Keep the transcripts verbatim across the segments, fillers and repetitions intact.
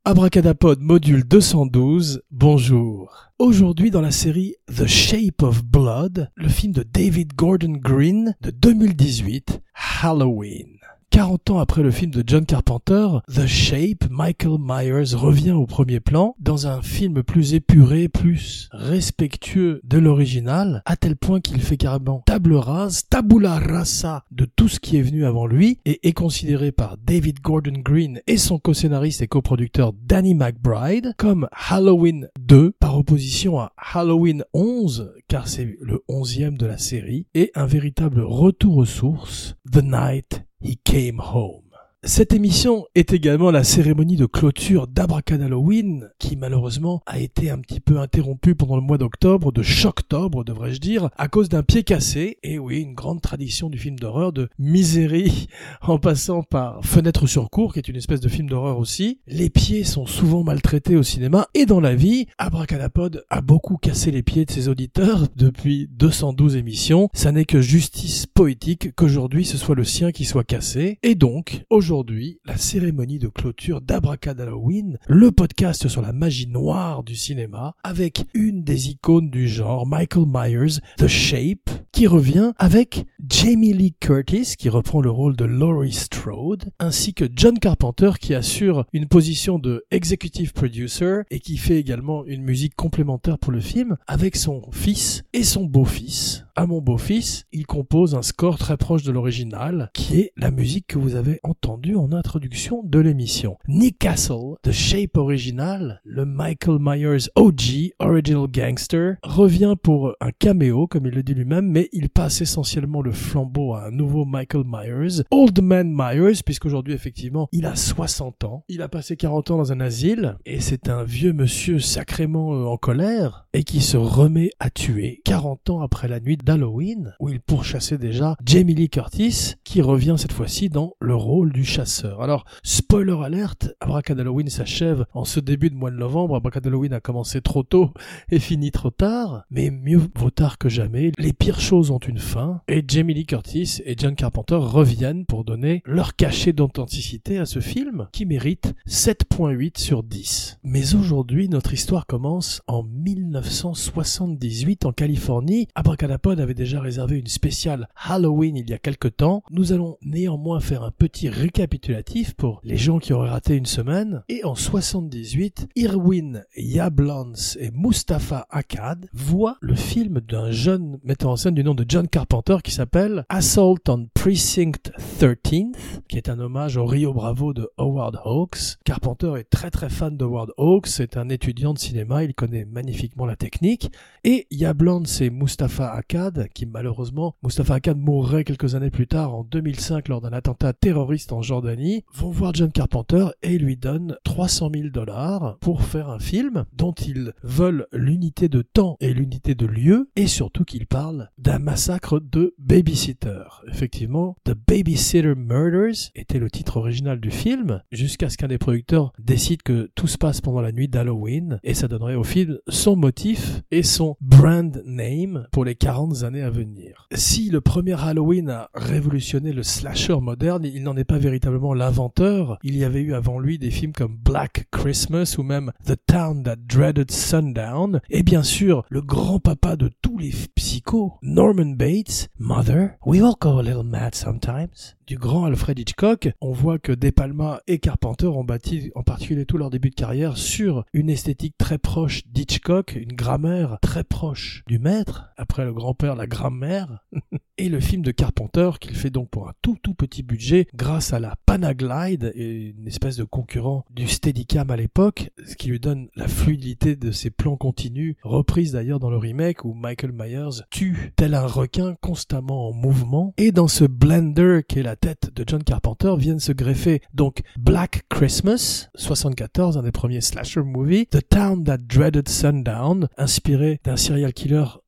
Abracadapod module deux cent douze, bonjour. Aujourd'hui dans la série The Shape of Blood, le film de David Gordon Green de deux mille dix-huit, Halloween. quarante ans après le film de John Carpenter, The Shape, Michael Myers revient au premier plan dans un film plus épuré, plus respectueux de l'original, à tel point qu'il fait carrément table rase, tabula rasa de tout ce qui est venu avant lui et est considéré par David Gordon Green et son co-scénariste et coproducteur Danny McBride comme Halloween deux par opposition à Halloween onze, car c'est le onzième de la série, et un véritable retour aux sources, The Night He Came Home. Cette émission est également la cérémonie de clôture d'Abracadalloween, qui malheureusement a été un petit peu interrompue pendant le mois d'octobre, de choctobre devrais-je dire, à cause d'un pied cassé. Et oui, une grande tradition du film d'horreur de Misery, en passant par Fenêtre sur cour, qui est une espèce de film d'horreur aussi. Les pieds sont souvent maltraités au cinéma et dans la vie. Abracadapod a beaucoup cassé les pieds de ses auditeurs depuis deux cent douze émissions. Ça n'est que justice poétique qu'aujourd'hui ce soit le sien qui soit cassé. Et donc, aujourd'hui, Aujourd'hui, la cérémonie de clôture d'Abracadalloween, le podcast sur la magie noire du cinéma, avec une des icônes du genre, Michael Myers, The Shape, qui revient avec Jamie Lee Curtis, qui reprend le rôle de Laurie Strode, ainsi que John Carpenter, qui assure une position de executive producer et qui fait également une musique complémentaire pour le film, avec son fils et son beau-fils. À mon beau-fils, il compose un score très proche de l'original, qui est la musique que vous avez entendue en introduction de l'émission. Nick Castle, The Shape original, le Michael Myers O G, Original Gangster, revient pour un caméo, comme il le dit lui-même, mais il passe essentiellement le flambeau à un nouveau Michael Myers, Old Man Myers, puisqu'aujourd'hui, effectivement, il a soixante ans. Il a passé quarante ans dans un asile, et c'est un vieux monsieur sacrément euh, en colère, et qui se remet à tuer quarante ans après la nuit d'Halloween, où il pourchassait déjà Jamie Lee Curtis, qui revient cette fois-ci dans le rôle du chasseur. Alors, spoiler alerte, Abracadalloween s'achève en ce début de mois de novembre. Abracadalloween a commencé trop tôt et fini trop tard, mais mieux vaut tard que jamais. Les pires choses ont une fin, et Jamie Lee Curtis et John Carpenter reviennent pour donner leur cachet d'authenticité à ce film, qui mérite sept virgule huit sur dix. Mais aujourd'hui, notre histoire commence en mille neuf cent soixante-dix-huit en Californie. Abracadapod avait déjà réservé une spéciale Halloween il y a quelque temps. Nous allons néanmoins faire un petit récapitulatif pour les gens qui auraient raté une semaine. Et en soixante-dix-huit, Irwin Yablans et Mustafa Akkad voient le film d'un jeune metteur en scène du nom de John Carpenter qui s'appelle Assault on Precinct treize, qui est un hommage au Rio Bravo de Howard Hawks. Carpenter est très très fan de Howard Hawks, c'est un étudiant de cinéma, il connaît magnifiquement la technique. Et Yablans et Mustafa Akkad, qui malheureusement, Mustafa Akkad mourrait quelques années plus tard en deux mille cinq lors d'un attentat terroriste en Jordanie, vont voir John Carpenter et lui donnent trois cent mille dollars pour faire un film dont ils veulent l'unité de temps et l'unité de lieu, et surtout qu'il parle d'un massacre de babysitter. Effectivement, The Babysitter Murders était le titre original du film, jusqu'à ce qu'un des producteurs décide que tout se passe pendant la nuit d'Halloween, et ça donnerait au film son motif et son brand name pour les quarante années à venir. Si le premier Halloween a révolutionné le slasher moderne, il n'en est pas véritablement l'inventeur. Il y avait eu avant lui des films comme Black Christmas ou même The Town That Dreaded Sundown, et bien sûr le grand-papa de tous les psychos, Norman Bates, Mother, We All Go a Little Mad Sometimes, du grand Alfred Hitchcock. On voit que De Palma et Carpenter ont bâti en particulier tout leur début de carrière sur une esthétique très proche d'Hitchcock, une grammaire très proche du maître, après le grand-père la grand-mère, et le film de Carpenter qu'il fait donc pour un tout tout petit budget grâce à la Panaglide, et une espèce de concurrent du Steadicam à l'époque, ce qui lui donne la fluidité de ses plans continus, reprise d'ailleurs dans le remake où Michael Myers tue tel un requin constamment en mouvement. Et dans ce blender qui est la tête de John Carpenter viennent se greffer donc Black Christmas, soixante-quatorze, un des premiers slasher movies, The Town That Dreaded Sundown, inspiré d'un serial killer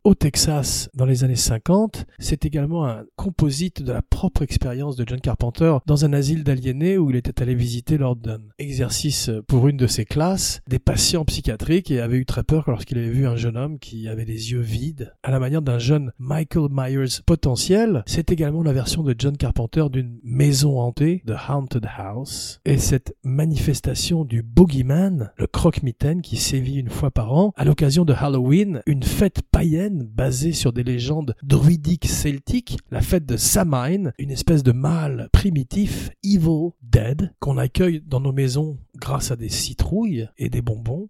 au Texas dans les années cinquante. C'est également un composite de la propre expérience de John Carpenter dans un asile d'aliénés où il était allé visiter lors d'un exercice pour une de ses classes des patients psychiatriques et avait eu très peur lorsqu'il avait vu un jeune homme qui avait les yeux vides, à la manière d'un jeune Michael Myers potentiel. C'est également la version de John Carpenter d'une maison hantée, The Haunted House, et cette manifestation du Boogeyman, le croque-mitaine qui sévit une fois par an, à l'occasion de Halloween, une fête païenne basée sur des légendes druidiques celtiques, la fête de Samhain, une espèce de mâle primitif, Evil Dead, qu'on accueille dans nos maisons grâce à des citrouilles et des bonbons.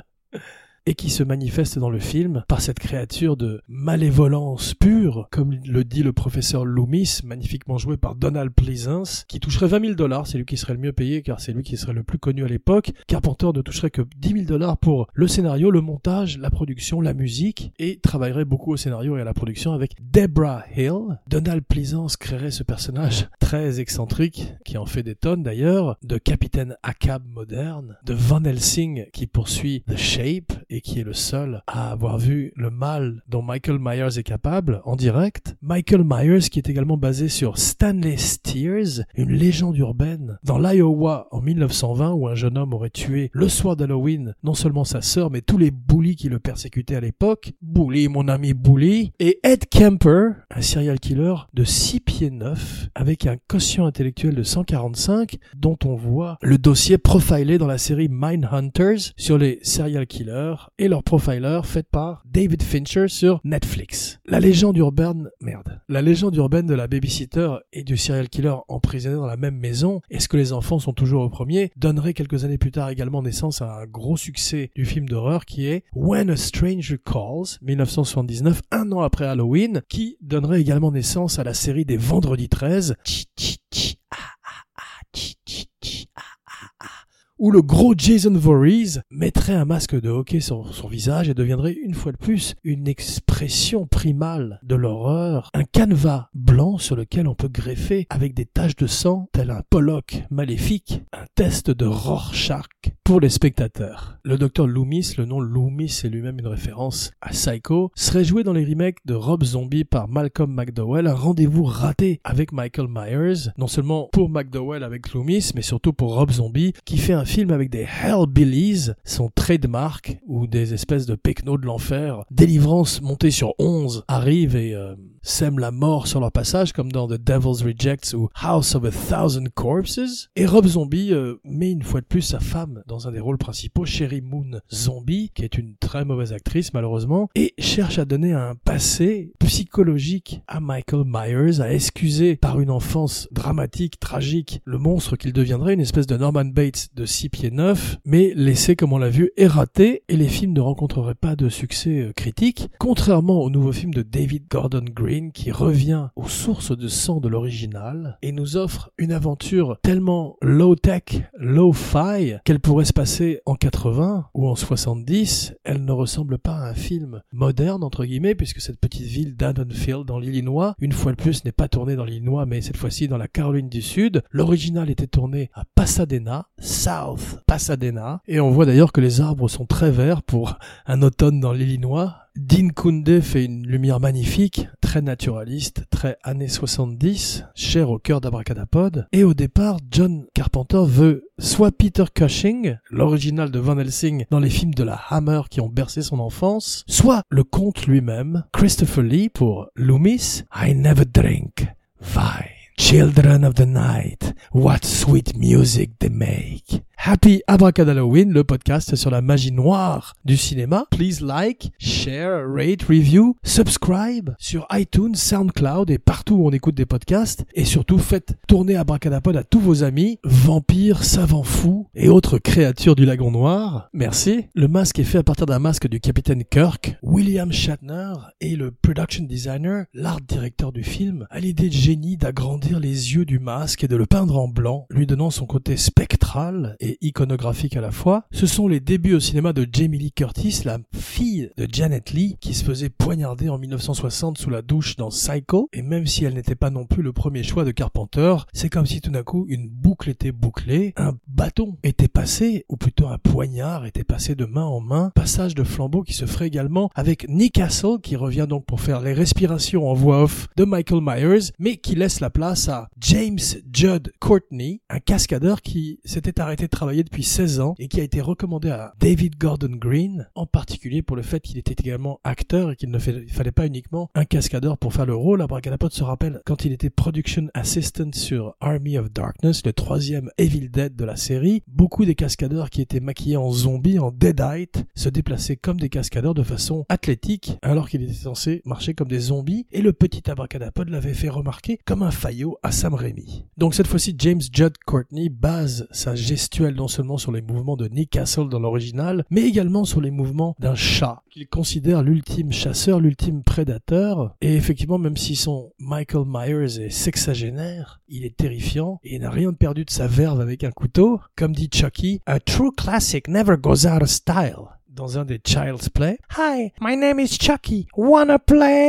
Et qui se manifeste dans le film par cette créature de malévolence pure, comme le dit le professeur Loomis, magnifiquement joué par Donald Pleasence, qui toucherait vingt mille dollars, c'est lui qui serait le mieux payé car c'est lui qui serait le plus connu à l'époque. Carpenter ne toucherait que dix mille dollars pour le scénario, le montage, la production, la musique, et travaillerait beaucoup au scénario et à la production avec Deborah Hill. Donald Pleasence créerait ce personnage très excentrique, qui en fait des tonnes d'ailleurs, de Capitaine Ahab moderne, de Van Helsing qui poursuit The Shape, et qui est le seul à avoir vu le mal dont Michael Myers est capable en direct. Michael Myers qui est également basé sur Stanley Steers, une légende urbaine dans l'Iowa en mille neuf cent vingt où un jeune homme aurait tué le soir d'Halloween non seulement sa sœur mais tous les bullies qui le persécutaient à l'époque. Bully, mon ami Bully. Et Ed Kemper, un serial killer de six pieds neuf avec un quotient intellectuel de cent quarante-cinq dont on voit le dossier profilé dans la série Mindhunters sur les serial killers et leur profiler fait par David Fincher sur Netflix. La légende urbaine, merde, la légende urbaine de la babysitter et du serial killer emprisonné dans la même maison, est-ce que les enfants sont toujours au premier, donnerait quelques années plus tard également naissance à un gros succès du film d'horreur qui est When a Stranger Calls, dix-neuf cent soixante-dix-neuf, un an après Halloween, qui donnerait également naissance à la série des Vendredis treize, tchi, tchi, tchi, ah, ah, ah, tchi, tchi, tchi, ah, ah, ah, où le gros Jason Voorhees mettrait un masque de hockey sur son visage et deviendrait une fois de plus une expression primale de l'horreur, un canevas blanc sur lequel on peut greffer avec des taches de sang, tel un Pollock maléfique, un test de Rorschach pour les spectateurs. Le docteur Loomis, le nom Loomis est lui-même une référence à Psycho, serait joué dans les remakes de Rob Zombie par Malcolm McDowell, un rendez-vous raté avec Michael Myers, non seulement pour McDowell avec Loomis, mais surtout pour Rob Zombie, qui fait un film avec des Hellbillies, son trademark, où des espèces de pecnos de l'enfer, délivrance montée sur onze, arrivent et euh, sèment la mort sur leur passage, comme dans The Devil's Rejects ou House of a Thousand Corpses. Et Rob Zombie euh, met une fois de plus sa femme dans un des rôles principaux, Sherry Moon Zombie, qui est une très mauvaise actrice malheureusement, et cherche à donner un passé psychologique à Michael Myers, à excuser par une enfance dramatique, tragique, le monstre qu'il deviendrait, une espèce de Norman Bates de six pieds neuf, mais l'essai, comme on l'a vu, est raté et les films ne rencontreraient pas de succès euh, critique, contrairement au nouveau film de David Gordon Green qui revient aux sources de sang de l'original et nous offre une aventure tellement low-tech, low-fi, qu'elle pourrait se passer en quatre-vingts ou en soixante-dix. Elle ne ressemble pas à un film moderne, entre guillemets, puisque cette petite ville d'Haddonfield dans l'Illinois, une fois de plus, n'est pas tournée dans l'Illinois, mais cette fois-ci dans la Caroline du Sud. L'original était tourné à Pasadena, South Pasadena, et on voit d'ailleurs que les arbres sont très verts pour un automne dans l'Illinois. Dean Koundé fait une lumière magnifique, très naturaliste, très années soixante-dix, cher au cœur d'Abracadapod. Et au départ, John Carpenter veut soit Peter Cushing, l'original de Van Helsing dans les films de la Hammer qui ont bercé son enfance, soit le comte lui-même, Christopher Lee pour Loomis, I never drink wine. Children of the night, what sweet music they make. Happy Abracadalloween, le podcast sur la magie noire du cinéma. Please like, share, rate, review, subscribe sur iTunes, SoundCloud et partout où on écoute des podcasts. Et surtout, faites tourner Abracadapod à tous vos amis, vampires, savants fous et autres créatures du lagon noir. Merci. Le masque est fait à partir d'un masque du capitaine Kirk. William Shatner est le production designer, l'art directeur du film, a l'idée de génie d'agrandir les yeux du masque et de le peindre en blanc, lui donnant son côté spectral et et iconographique à la fois. Ce sont les débuts au cinéma de Jamie Lee Curtis, la fille de Janet Leigh, qui se faisait poignarder en mille neuf cent soixante sous la douche dans Psycho, et même si elle n'était pas non plus le premier choix de Carpenter, c'est comme si tout d'un coup une boucle était bouclée, un bâton était passé, ou plutôt un poignard était passé de main en main, passage de flambeau qui se ferait également avec Nick Castle, qui revient donc pour faire les respirations en voix off de Michael Myers, mais qui laisse la place à James Judd Courtney, un cascadeur qui s'était arrêté de travailler depuis seize ans et qui a été recommandé à David Gordon Green, en particulier pour le fait qu'il était également acteur et qu'il ne fait, il fallait pas uniquement un cascadeur pour faire le rôle. Abracadapod se rappelle quand il était production assistant sur Army of Darkness, le troisième Evil Dead de la série, beaucoup des cascadeurs qui étaient maquillés en zombies, en deadite, se déplaçaient comme des cascadeurs de façon athlétique alors qu'il était censé marcher comme des zombies, et le petit Abracadapod l'avait fait remarquer comme un faillot à Sam Raimi. Donc cette fois-ci, James Judd Courtney base sa gestuelle non seulement sur les mouvements de Nick Castle dans l'original, mais également sur les mouvements d'un chat, qu'il considère l'ultime chasseur, l'ultime prédateur, et effectivement, même si son Michael Myers est sexagénaire, il est terrifiant, et il n'a rien perdu de sa verve avec un couteau. Comme dit Chucky, « A true classic never goes out of style ». Dans un des Child's Play. Hi, my name is Chucky. Wanna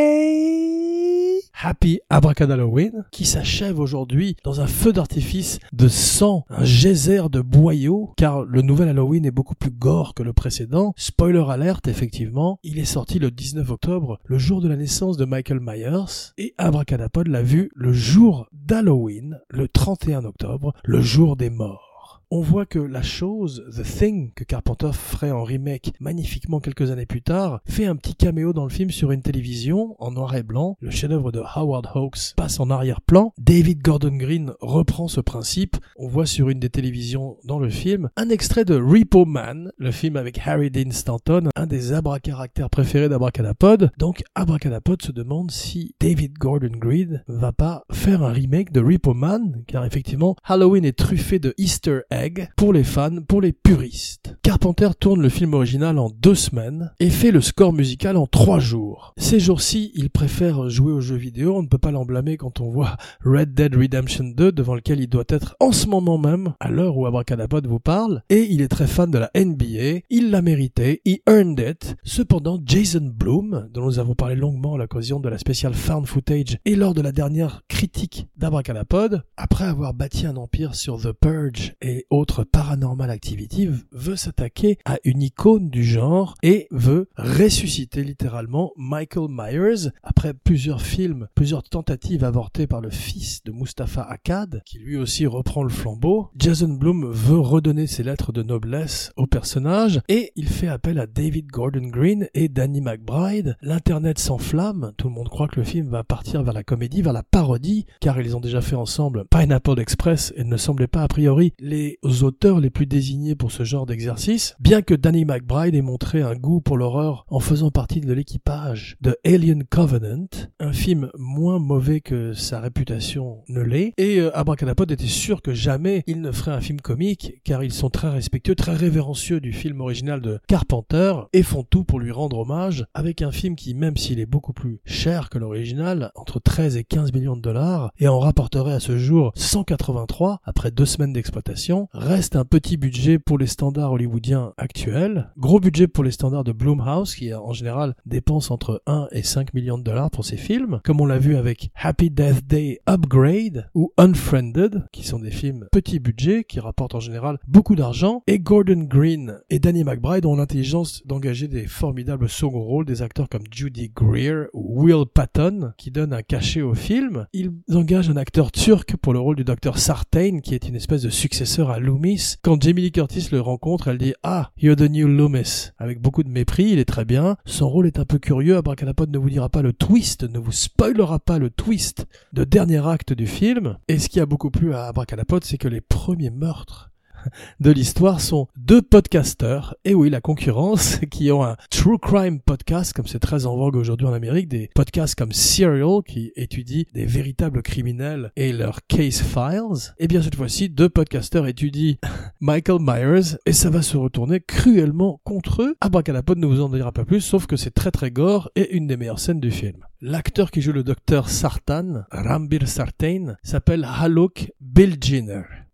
play? Happy Abracadalloween, qui s'achève aujourd'hui dans un feu d'artifice de sang, un geyser de boyaux, car le nouvel Halloween est beaucoup plus gore que le précédent. Spoiler alert, effectivement, il est sorti le dix-neuf octobre, le jour de la naissance de Michael Myers, et Abracadapod l'a vu le jour d'Halloween, le trente et un octobre, le jour des morts. On voit que la chose, The Thing, que Carpenter ferait en remake magnifiquement quelques années plus tard, fait un petit caméo dans le film sur une télévision, en noir et blanc. Le chef-d'œuvre de Howard Hawks passe en arrière-plan. David Gordon Green reprend ce principe. On voit sur une des télévisions dans le film un extrait de Repo Man, le film avec Harry Dean Stanton, un des abracaractères préférés d'Abracadapod. Donc Abracadapod se demande si David Gordon Green va pas faire un remake de Repo Man, car effectivement Halloween est truffé de Easter eggs pour les fans, pour les puristes. Carpenter tourne le film original en deux semaines et fait le score musical en trois jours. Ces jours-ci, il préfère jouer aux jeux vidéo, on ne peut pas l'en blâmer quand on voit Red Dead Redemption deux, devant lequel il doit être en ce moment même, à l'heure où Abracadapod vous parle, et il est très fan de la N B A, il l'a mérité, he earned it. Cependant, Jason Blum, dont nous avons parlé longuement à l'occasion de la spéciale Found Footage et lors de la dernière critique d'Abracadapod, après avoir bâti un empire sur The Purge et autre Paranormal Activity, veut s'attaquer à une icône du genre et veut ressusciter littéralement Michael Myers après plusieurs films, plusieurs tentatives avortées par le fils de Mustafa Akkad, qui lui aussi reprend le flambeau. Jason Blum veut redonner ses lettres de noblesse au personnage et il fait appel à David Gordon Green et Danny McBride. L'internet s'enflamme, tout le monde croit que le film va partir vers la comédie, vers la parodie, car ils ont déjà fait ensemble Pineapple Express et ne semblaient pas a priori les aux auteurs les plus désignés pour ce genre d'exercice, bien que Danny McBride ait montré un goût pour l'horreur en faisant partie de l'équipage de Alien Covenant, un film moins mauvais que sa réputation ne l'est, et euh, Abracadapod était sûr que jamais il ne ferait un film comique, car ils sont très respectueux, très révérencieux du film original de Carpenter, et font tout pour lui rendre hommage, avec un film qui, même s'il est beaucoup plus cher que l'original, entre treize et quinze millions de dollars, et en rapporterait à ce jour cent quatre-vingt-trois, après deux semaines d'exploitation, reste un petit budget pour les standards hollywoodiens actuels, gros budget pour les standards de Blumhouse qui en général dépense entre un et cinq millions de dollars pour ses films, comme on l'a vu avec Happy Death Day Upgrade ou Unfriended, qui sont des films petits budget qui rapportent en général beaucoup d'argent, et Gordon Green et Danny McBride ont l'intelligence d'engager des formidables second rôles, des acteurs comme Judy Greer ou Will Patton qui donnent un cachet au film. Ils engagent un acteur turc pour le rôle du docteur Sartain qui est une espèce de successeur à Loomis. Quand Jamie Lee Curtis le rencontre, elle dit « Ah, you're the new Loomis ». Avec beaucoup de mépris, il est très bien. Son rôle est un peu curieux. Abracadapod ne vous dira pas le twist, ne vous spoilera pas le twist de dernier acte du film. Et ce qui a beaucoup plu à Abracadapod, c'est que les premiers meurtres de l'histoire sont deux podcasteurs, et oui, la concurrence, qui ont un true crime podcast, comme c'est très en vogue aujourd'hui en Amérique, des podcasts comme Serial, qui étudient des véritables criminels et leurs case files. Et bien cette fois-ci, deux podcasteurs étudient Michael Myers, et ça va se retourner cruellement contre eux. Abracadapod ne vous en dira pas plus, sauf que c'est très très gore, et une des meilleures scènes du film. L'acteur qui joue le docteur Sartain, Rambir Sartain, s'appelle Alok Bilginer.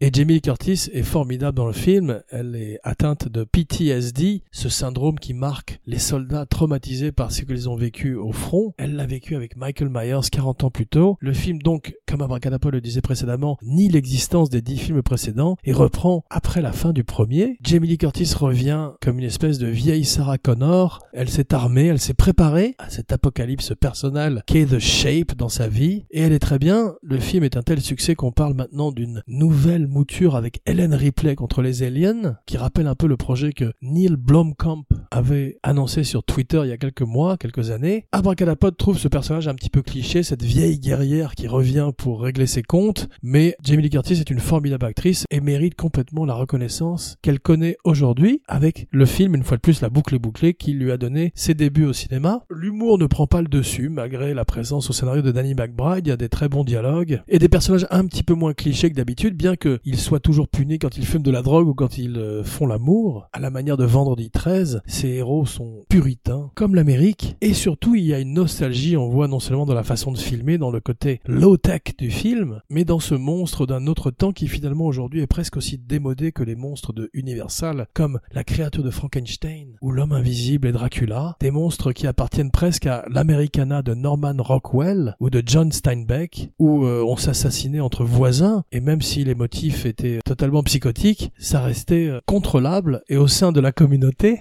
Et Jamie Lee Curtis est formidable dans le film. Elle est atteinte de P T S D, ce syndrome qui marque les soldats traumatisés par ce qu'ils ont vécu au front. Elle l'a vécu avec Michael Myers quarante ans plus tôt. Le film donc, comme Abracadapod le disait précédemment, nie l'existence des dix films précédents et reprend après la fin du premier. Jamie Lee Curtis revient comme une espèce de vieille Sarah Connor. Elle s'est armée, elle s'est préparée à cet apocalypse personnel qu'est The Shape dans sa vie. Et elle est très bien. Le film est un tel succès qu'on parle maintenant d'une nouvelle mouture avec Ellen Ripley contre les aliens, qui rappelle un peu le projet que Neil Blomkamp avait annoncé sur Twitter il y a quelques mois, quelques années. Abracadapod trouve ce personnage un petit peu cliché, cette vieille guerrière qui revient pour régler ses comptes, mais Jamie Lee Curtis est une formidable actrice et mérite complètement la reconnaissance qu'elle connaît aujourd'hui avec le film, une fois de plus, La boucle est bouclée, qui lui a donné ses débuts au cinéma. L'humour ne prend pas le dessus, malgré la présence au scénario de Danny McBride. Il y a des très bons dialogues et des personnages un petit peu moins clichés que d'habitude, bien qu'ils soient toujours punis quand ils fument de la drogue ou quand ils euh, font l'amour. À la manière de Vendredi treize, ces héros sont puritains, comme l'Amérique, et surtout il y a une nostalgie, on voit non seulement dans la façon de filmer, dans le côté low-tech du film, mais dans ce monstre d'un autre temps qui finalement aujourd'hui est presque aussi démodé que les monstres de Universal, comme la créature de Frankenstein ou l'homme invisible et Dracula, des monstres qui appartiennent presque à l'Americana de Norman Rockwell ou de John Steinbeck, où euh, on s'assassinait entre voisins, et même si les motifs étaient totalement psychotiques, ça restait euh, contrôlable et au sein de la communauté.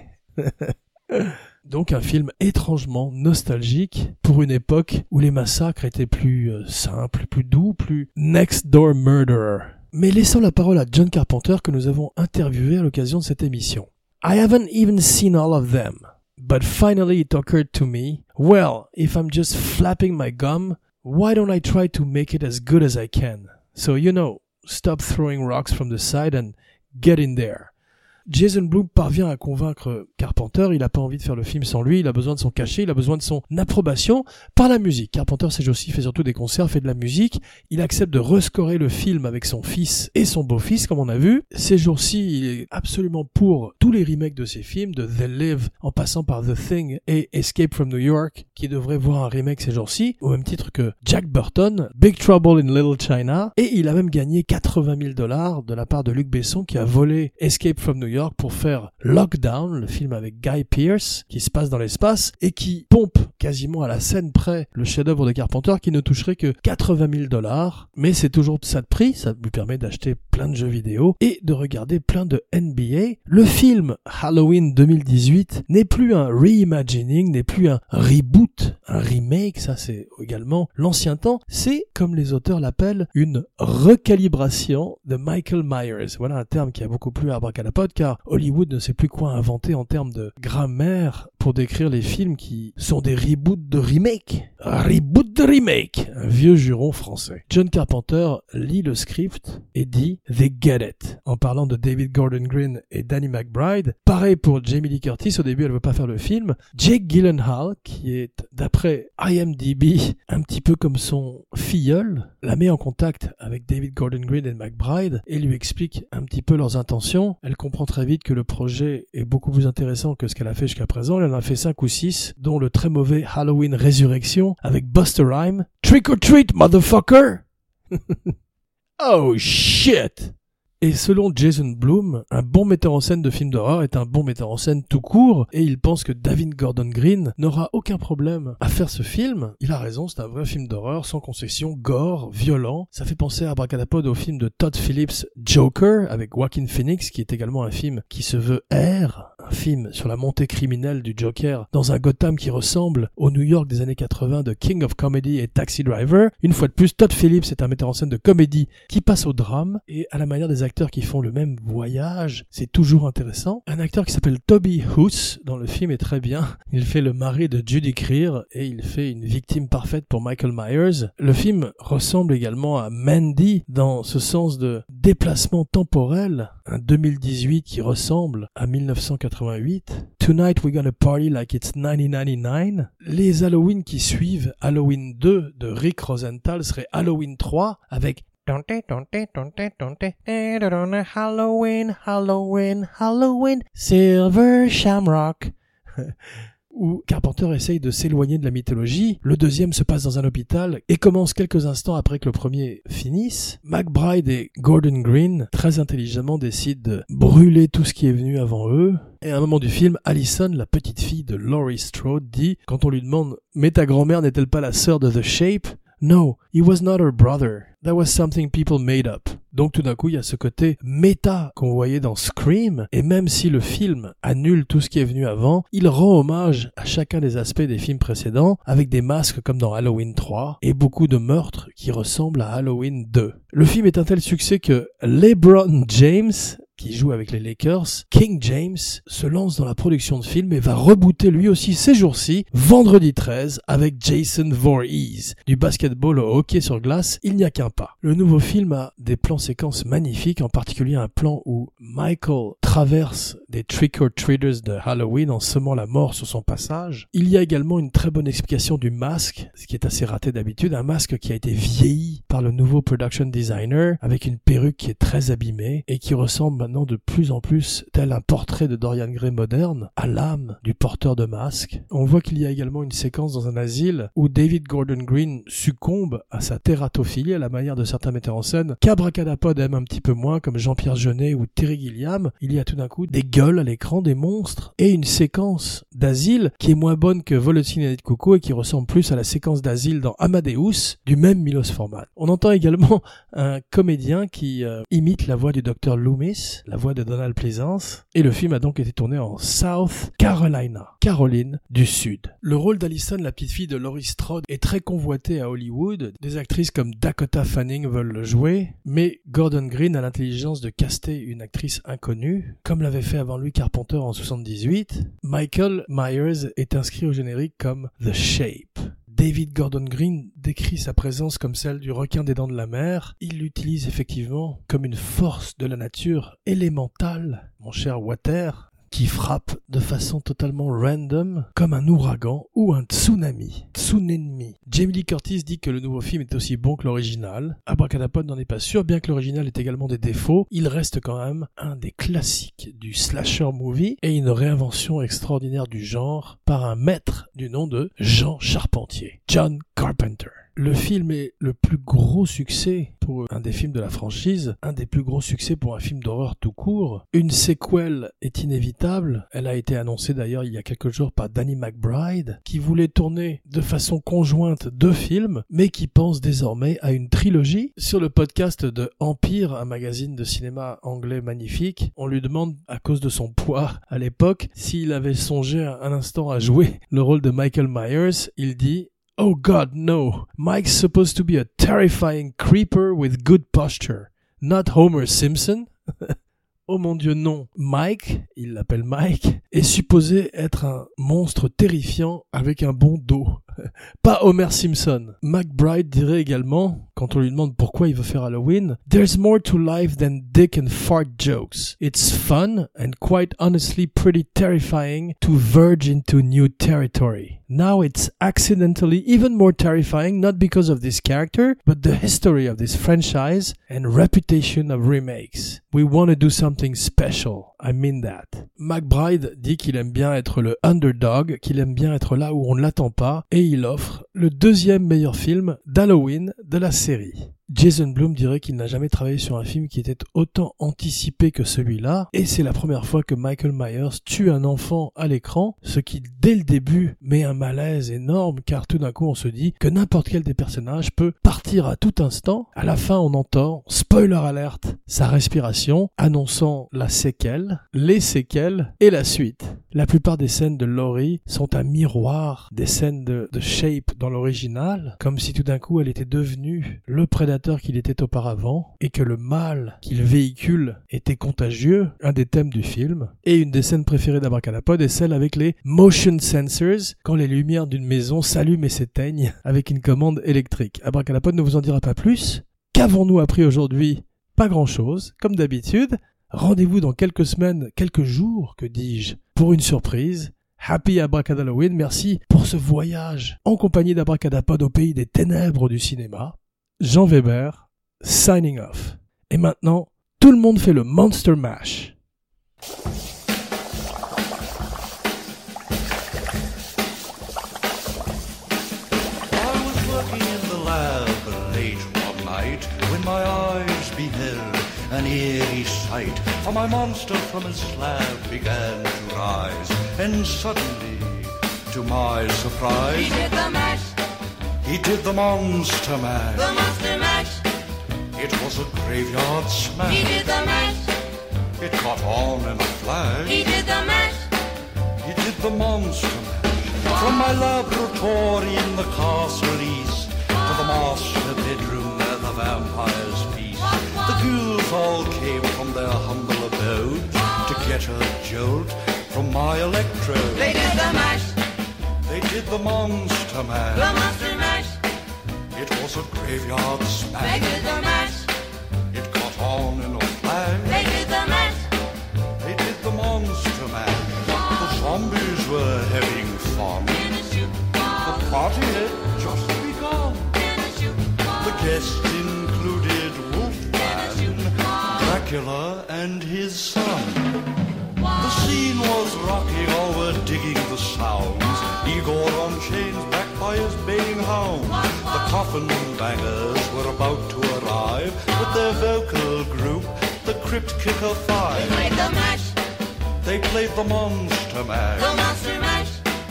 Donc un film étrangement nostalgique pour une époque où les massacres étaient plus euh, simples, plus doux, plus next door murderer. Mais laissons la parole à John Carpenter que nous avons interviewé à l'occasion de cette émission. I haven't even seen all of them, but finally it occurred to me, well, if I'm just flapping my gum, why don't I try to make it as good as I can? So, you know, stop throwing rocks from the side and get in there. Jason Blum parvient à convaincre Carpenter, il n'a pas envie de faire le film sans lui, il a besoin de son cachet, il a besoin de son approbation par la musique. Carpenter ces jours-ci fait surtout des concerts, fait de la musique, il accepte de rescorer le film avec son fils et son beau-fils comme on a vu. Ces jours-ci, il est absolument pour tous les remakes de ses films, de The Live en passant par The Thing et Escape from New York, qui devraient voir un remake ces jours-ci, au même titre que Jack Burton, Big Trouble in Little China, et il a même gagné quatre-vingt mille dollars de la part de Luc Besson qui a volé Escape from New York York pour faire Lockdown, le film avec Guy Pearce qui se passe dans l'espace et qui pompe quasiment à la scène près le chef-d'œuvre de Carpenter qui ne toucherait que quatre-vingt mille dollars. Mais c'est toujours ça de prix, ça lui permet d'acheter plein de jeux vidéo et de regarder plein de N B A. Le film Halloween deux mille dix-huit n'est plus un reimagining, n'est plus un reboot, un remake, ça c'est également l'ancien temps, c'est, comme les auteurs l'appellent, une recalibration de Michael Myers. Voilà un terme qui a beaucoup plu à Abracadapod car Hollywood ne sait plus quoi inventer en termes de grammaire pour décrire les films qui sont des reboots de remake. Reboot de remake, un vieux juron français. John Carpenter lit le script et dit « They get it » en parlant de David Gordon Green et Danny McBride. Pareil pour Jamie Lee Curtis, au début elle veut pas faire le film. Jake Gyllenhaal, qui est d'après I M D B un petit peu comme son filleul, la met en contact avec David Gordon Green et McBride et lui explique un petit peu leurs intentions. Elle comprend très vite que le projet est beaucoup plus intéressant que ce qu'elle a fait jusqu'à présent. Elle en a fait cinq ou six, dont le très mauvais Halloween Résurrection avec Busta Rhymes. Trick or treat, motherfucker! Oh shit! Et selon Jason Blum, un bon metteur en scène de films d'horreur est un bon metteur en scène tout court, et il pense que David Gordon Green n'aura aucun problème à faire ce film. Il a raison, c'est un vrai film d'horreur, sans concession, gore, violent. Ça fait penser à Abracadapod au film de Todd Phillips, Joker, avec Joaquin Phoenix, qui est également un film qui se veut air, un film sur la montée criminelle du Joker dans un Gotham qui ressemble au New York des années quatre-vingts de King of Comedy et Taxi Driver. Une fois de plus, Todd Phillips est un metteur en scène de comédie qui passe au drame, et à la manière des acteurs qui font le même voyage, c'est toujours intéressant. Un acteur qui s'appelle Toby Huss dans le film est très bien. Il fait le mari de Judy Greer et il fait une victime parfaite pour Michael Myers. Le film ressemble également à Mandy dans ce sens de déplacement temporel, un deux mille dix-huit qui ressemble à mille neuf cent quatre-vingt-huit. Tonight we're gonna party like it's nineteen ninety-nine. Les Halloween qui suivent, Halloween deux de Rick Rosenthal serait Halloween trois avec Halloween, Halloween, Halloween, Silver Shamrock. où Carpenter essaye de s'éloigner de la mythologie. Le deuxième se passe dans un hôpital et commence quelques instants après que le premier finisse. McBride et Gordon Green, très intelligemment, décident de brûler tout ce qui est venu avant eux. Et à un moment du film, Allison, la petite fille de Laurie Strode, dit, quand on lui demande « Mais ta grand-mère n'est-elle pas la sœur de The Shape ?» No, he was not her brother. That was something people made up. Donc tout d'un coup, il y a ce côté méta qu'on voyait dans Scream, et même si le film annule tout ce qui est venu avant, il rend hommage à chacun des aspects des films précédents, avec des masques comme dans Halloween trois, et beaucoup de meurtres qui ressemblent à Halloween deux. Le film est un tel succès que LeBron James, qui joue avec les Lakers, King James, se lance dans la production de films et va rebooter lui aussi ces jours-ci, vendredi treize, avec Jason Voorhees. Du basketball au hockey sur glace, il n'y a qu'un pas. Le nouveau film a des plans séquences magnifiques, en particulier un plan où Michael traverse des trick-or-treaters de Halloween en semant la mort sur son passage. Il y a également une très bonne explication du masque, ce qui est assez raté d'habitude, un masque qui a été vieilli par le nouveau production designer, avec une perruque qui est très abîmée et qui ressemble maintenant de plus en plus tel un portrait de Dorian Gray moderne à l'âme du porteur de masque. On voit qu'il y a également une séquence dans un asile où David Gordon Green succombe à sa tératophilie à la manière de certains metteurs en scène qu'Abracadapod aime un petit peu moins, comme Jean-Pierre Jeunet ou Terry Gilliam. Il y a tout d'un coup des gueules à l'écran, des monstres et une séquence d'asile qui est moins bonne que Volotine et Coucou et qui ressemble plus à la séquence d'asile dans Amadeus du même Milos Forman. On entend également un comédien qui euh, imite la voix du docteur Loomis, la voix de Donald Pleasance, et le film a donc été tourné en South Carolina, Caroline du Sud. Le rôle d'Allison, la petite fille de Laurie Strode, est très convoité à Hollywood. Des actrices comme Dakota Fanning veulent le jouer, mais Gordon Green a l'intelligence de caster une actrice inconnue, comme l'avait fait avant lui Carpenter en soixante-dix-huit. Michael Myers est inscrit au générique comme The Shape. David Gordon Green décrit sa présence comme celle du requin des dents de la mer. Il l'utilise effectivement comme une force de la nature élémentale, mon cher Water, qui frappe de façon totalement random, comme un ouragan ou un tsunami. Tsunami. Jamie Lee Curtis dit que le nouveau film est aussi bon que l'original. Abracadapod n'en est pas sûr, bien que l'original ait également des défauts. Il reste quand même un des classiques du slasher movie et une réinvention extraordinaire du genre par un maître du nom de Jean Charpentier, John Carpenter. Le film est le plus gros succès pour un des films de la franchise, un des plus gros succès pour un film d'horreur tout court. Une séquelle est inévitable. Elle a été annoncée d'ailleurs il y a quelques jours par Danny McBride, qui voulait tourner de façon conjointe deux films, mais qui pense désormais à une trilogie. Sur le podcast de Empire, un magazine de cinéma anglais magnifique, on lui demande, à cause de son poids à l'époque, s'il avait songé un instant à jouer le rôle de Michael Myers. Il dit: Oh God, no. Mike's supposed to be a terrifying creeper with good posture. Not Homer Simpson. Oh mon Dieu, non. Mike, il l'appelle Mike, est supposé être un monstre terrifiant avec un bon dos. Pas Homer Simpson. McBride dirait également, quand on lui demande pourquoi il veut faire Halloween, There's more to life than dick and fart jokes. It's fun and quite honestly pretty terrifying to verge into new territory. Now it's accidentally even more terrifying, not because of this character, but the history of this franchise and reputation of remakes. We want to do something special. I mean that. McBride dit qu'il aime bien être le underdog, qu'il aime bien être là où on ne l'attend pas, et il offre le deuxième meilleur film d'Halloween de la série. Jason Blum dirait qu'il n'a jamais travaillé sur un film qui était autant anticipé que celui-là, et c'est la première fois que Michael Myers tue un enfant à l'écran, ce qui dès le début met un malaise énorme, car tout d'un coup on se dit que n'importe quel des personnages peut partir à tout instant. À la fin on entend, spoiler alert, sa respiration annonçant la séquelle, les séquelles et la suite. La plupart des scènes de Laurie sont un miroir des scènes de, de Shape dans l'original, comme si tout d'un coup elle était devenue le prédateur qu'il était auparavant, et que le mal qu'il véhicule était contagieux, un des thèmes du film. Et une des scènes préférées d'Abracadapod est celle avec les motion sensors, quand les lumières d'une maison s'allument et s'éteignent avec une commande électrique. Abracadapod ne vous en dira pas plus. Qu'avons-nous appris aujourd'hui? Pas grand-chose, comme d'habitude. Rendez-vous dans quelques semaines, quelques jours, que dis-je, pour une surprise. Happy Abracadalloween, merci pour ce voyage en compagnie d'Abracadapod au pays des ténèbres du cinéma. Jean Weber, signing off. Et maintenant, tout le monde fait le Monster Mash. an eerie sight, for my monster from his slab began to rise, and suddenly, to my surprise, he did the mash. He did the monster mash. The monster mash. It was a graveyard smash. He did the mash. It caught on in a flash. He did the mash. He did the monster mash. From my laboratory in the castle east to the master bedroom where the vampires feast. The ghouls all came from their humble abode to get a jolt from my electrode. They did the mash. They did the monster mash. The monster mash. It was a graveyard They smash. did the mash. It caught on in a flash. They did the mash. They did the monster mash. The zombies were having fun. In a shoot ball. The party had just begun. In a shoot ball. The guests included Wolfman, Dracula, and his son. The scene was rocking, all were digging the sounds. Igor on chains, backed by his baying hounds. The coffin bangers were about to arrive with their vocal group, the Crypt Kicker They Five. played the mash. They played the monster The mash. monster mash.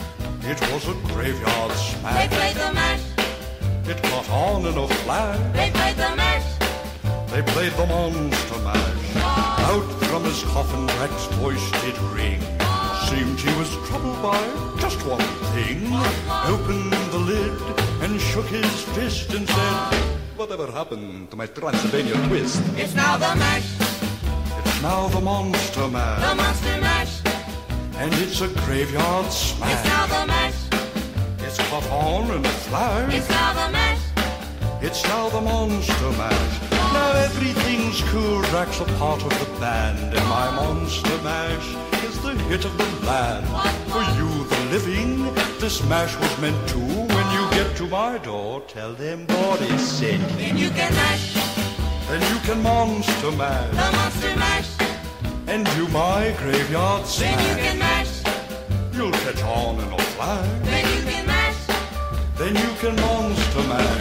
It was a graveyard They smash. played the mash. It caught on in a flash. They played the mash. They played the monster mash. Out from his coffin, Drac's voice did ring. Seemed he was troubled by just one thing. Opened the lid and shook his fist and said, "Whatever happened to my Transylvania twist?" It's now the mash. It's now the monster The mash. monster mash. And it's a graveyard It's smash. now the mash. It's caught on in a flash. It's now the mash. It's now the monster mash. Now everything's cool, Drac's a part of the band, and my monster mash is the hit of the land. For you, the living, this mash was meant to. When you get to my door, tell them God is sent. Then you can mash. Then you can monster mash The monster mash. and do my graveyard Then you smash. can mash. You'll catch on in a flash. Then you can mash. Then you can monster mash